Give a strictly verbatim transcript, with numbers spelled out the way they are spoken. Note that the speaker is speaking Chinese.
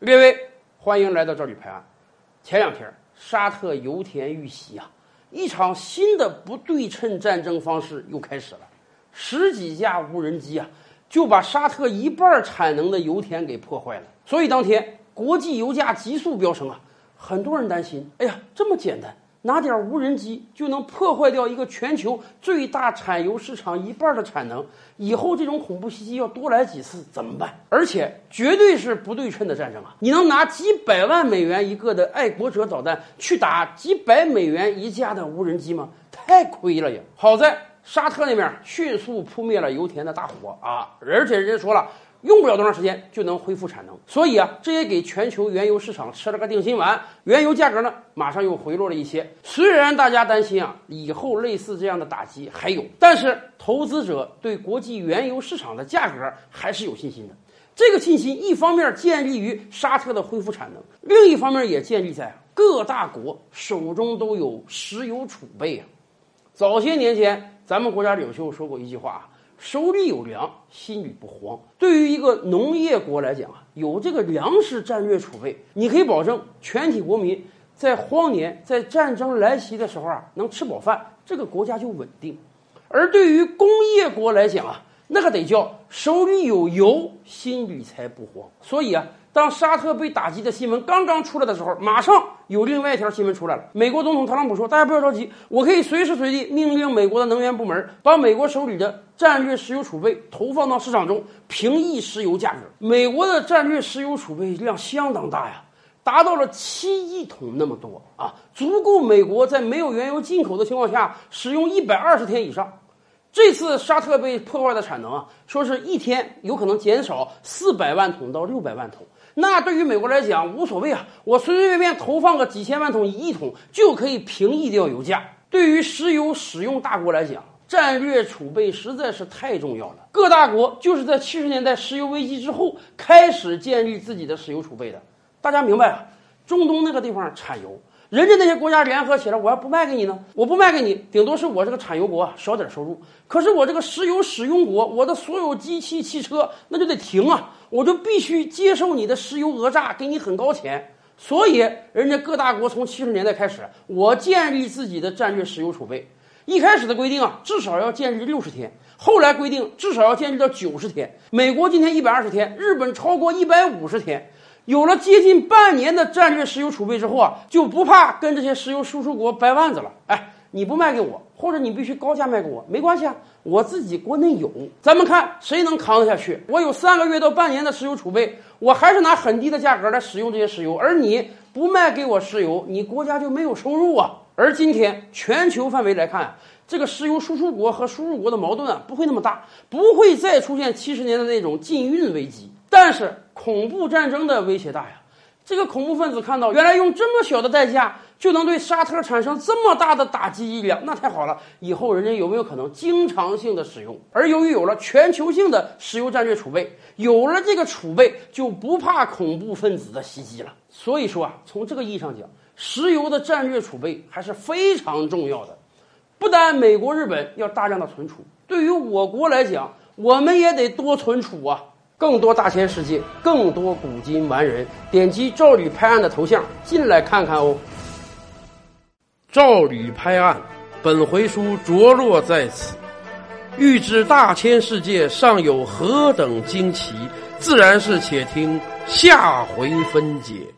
列位，欢迎来到这里拍案。前两天，沙特油田遇袭啊，一场新的不对称战争方式又开始了。十几架无人机啊，就把沙特一半产能的油田给破坏了。所以当天国际油价急速飙升啊，很多人担心，哎呀，这么简单，拿点无人机就能破坏掉一个全球最大产油市场一半的产能，以后这种恐怖袭击要多来几次怎么办？而且绝对是不对称的战争啊！你能拿几百万美元一个的爱国者导弹去打几百美元一架的无人机吗？太亏了呀！好在沙特那边迅速扑灭了油田的大火啊，而且人家说了，用不了多长时间就能恢复产能，所以啊，这也给全球原油市场吃了个定心丸，原油价格呢马上又回落了一些。虽然大家担心啊，以后类似这样的打击还有，但是投资者对国际原油市场的价格还是有信心的。这个信心一方面建立于沙特的恢复产能，另一方面也建立在各大国手中都有石油储备啊。早些年前，咱们国家领袖说过一句话啊，手里有粮，心里不慌。对于一个农业国来讲啊，有这个粮食战略储备，你可以保证全体国民在荒年、在战争来袭的时候啊，能吃饱饭，这个国家就稳定。而对于工业国来讲啊，那个得叫手里有油，心里才不慌。所以啊，当沙特被打击的新闻刚刚出来的时候，马上有另外一条新闻出来了。美国总统特朗普说，大家不要着急，我可以随时随地命令美国的能源部门把美国手里的战略石油储备投放到市场中，平抑石油价格。美国的战略石油储备量相当大呀，达到了七亿桶那么多啊，足够美国在没有原油进口的情况下使用一百二十天以上。这次沙特被破坏的产能啊，说是一天有可能减少四百万桶到六百万桶。那对于美国来讲无所谓啊，我随随便便投放个几千万桶、一亿桶就可以平抑掉油价。对于石油使用大国来讲，战略储备实在是太重要了。各大国就是在七十年代石油危机之后开始建立自己的石油储备的。大家明白啊，中东那个地方产油，人家那些国家联合起来，我要不卖给你呢？我不卖给你，顶多是我这个产油国啊少点收入。可是我这个石油使用国，我的所有机器、汽车那就得停啊，我就必须接受你的石油讹诈，给你很高钱。所以人家各大国从七十年代开始，我建立自己的战略石油储备。一开始的规定啊，至少要建立六十天，后来规定至少要建立到九十天。美国今天一百二十天，日本超过一百五十天。有了接近半年的战略石油储备之后啊，就不怕跟这些石油输出国掰腕子了。哎，你不卖给我，或者你必须高价卖给我，没关系啊，我自己国内有。咱们看谁能扛得下去。我有三个月到半年的石油储备，我还是拿很低的价格来使用这些石油，而你不卖给我石油，你国家就没有收入啊。而今天全球范围来看，这个石油输出国和输入国的矛盾啊，不会那么大，不会再出现七十年的那种禁运危机。但是恐怖战争的威胁大呀，这个恐怖分子看到原来用这么小的代价就能对沙特产生这么大的打击力量，那太好了，以后人家有没有可能经常性的使用？而由于有了全球性的石油战略储备，有了这个储备就不怕恐怖分子的袭击了。所以说啊，从这个意义上讲，石油的战略储备还是非常重要的。不单美国、日本要大量的存储，对于我国来讲，我们也得多存储啊。更多大千世界，更多古今完人，点击赵吕拍案的头像进来看看哦。赵吕拍案，本回书着落在此。欲知大千世界尚有何等惊奇，自然是且听下回分解。